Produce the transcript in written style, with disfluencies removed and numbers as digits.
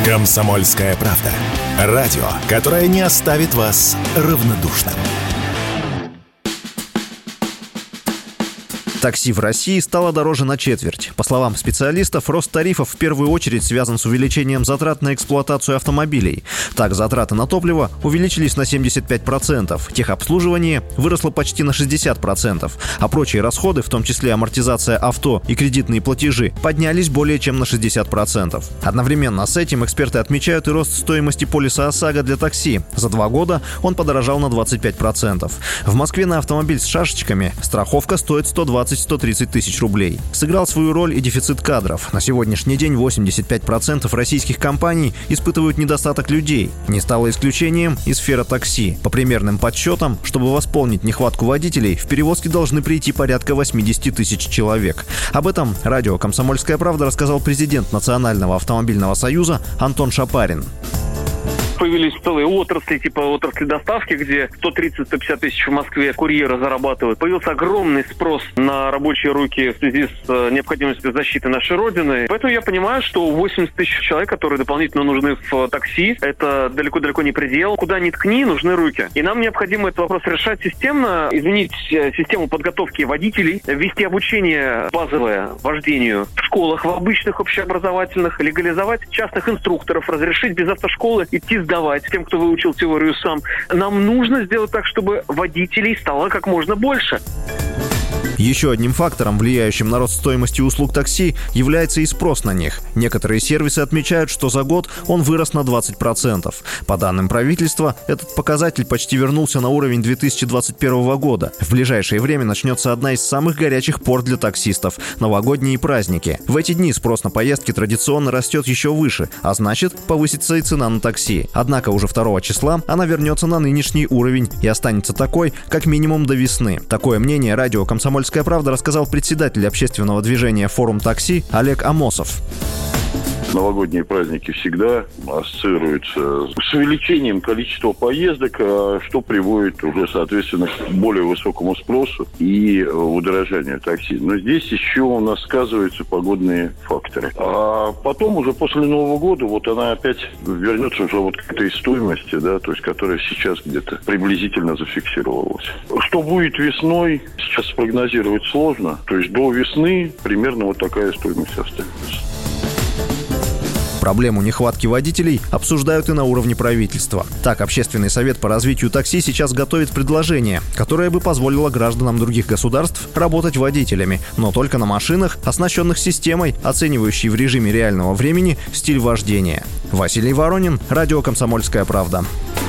«Комсомольская правда». Радио, которое не оставит вас равнодушным. Такси в России стало дороже на четверть. По словам специалистов, рост тарифов в первую очередь связан с увеличением затрат на эксплуатацию автомобилей. Так, затраты на топливо увеличились на 75%, техобслуживание выросло почти на 60%, а прочие расходы, в том числе амортизация авто и кредитные платежи, поднялись более чем на 60%. Одновременно с этим эксперты отмечают и рост стоимости полиса ОСАГО для такси. За 2 года он подорожал на 25%. В Москве на автомобиль с шашечками страховка стоит 120-130 тысяч рублей. Сыграл свою роль и дефицит кадров. На сегодняшний день 85% российских компаний испытывают недостаток людей. Не стало исключением и сфера такси. По примерным подсчетам, чтобы восполнить нехватку водителей, в перевозке должны прийти порядка 80 тысяч человек. Об этом радио «Комсомольская правда» рассказал президент Национального автомобильного союза Антон Шапарин. Появились целые отрасли, типа отрасли доставки, где 130-150 тысяч в Москве курьеры зарабатывают. Появился огромный спрос на рабочие руки в связи с необходимостью защиты нашей Родины. Поэтому я понимаю, что 80 тысяч человек, которые дополнительно нужны в такси, это далеко-далеко не предел. Куда ни ткни, нужны руки. И нам необходимо этот вопрос решать системно, изменить систему подготовки водителей, ввести обучение базовое вождению в школах, в обычных общеобразовательных, легализовать частных инструкторов, разрешить без автошколы идти сдавать тем, кто выучил теорию сам. Нам нужно сделать так, чтобы водителей стало как можно больше. Еще одним фактором, влияющим на рост стоимости услуг такси, является и спрос на них. Некоторые сервисы отмечают, что за год он вырос на 20%. По данным правительства, этот показатель почти вернулся на уровень 2021 года. В ближайшее время начнется одна из самых горячих пор для таксистов – новогодние праздники. В эти дни спрос на поездки традиционно растет еще выше, а значит, повысится и цена на такси. Однако уже 2 числа она вернется на нынешний уровень и останется такой, как минимум до весны. Такое мнение радио «Комсомольская правда» рассказал председатель общественного движения «Форум такси» Олег Амосов. Новогодние праздники всегда ассоциируются с увеличением количества поездок, что приводит уже, соответственно, к более высокому спросу и удорожанию такси. Но здесь еще у нас сказываются погодные факторы. А потом уже после Нового года вот она опять вернется уже вот к этой стоимости, да, то есть которая сейчас где-то приблизительно зафиксировалась. Что будет весной, сейчас спрогнозировать сложно. То есть до весны примерно вот такая стоимость останется. Проблему нехватки водителей обсуждают и на уровне правительства. Так, Общественный совет по развитию такси сейчас готовит предложение, которое бы позволило гражданам других государств работать водителями, но только на машинах, оснащенных системой, оценивающей в режиме реального времени стиль вождения. Василий Воронин, радио «Комсомольская правда».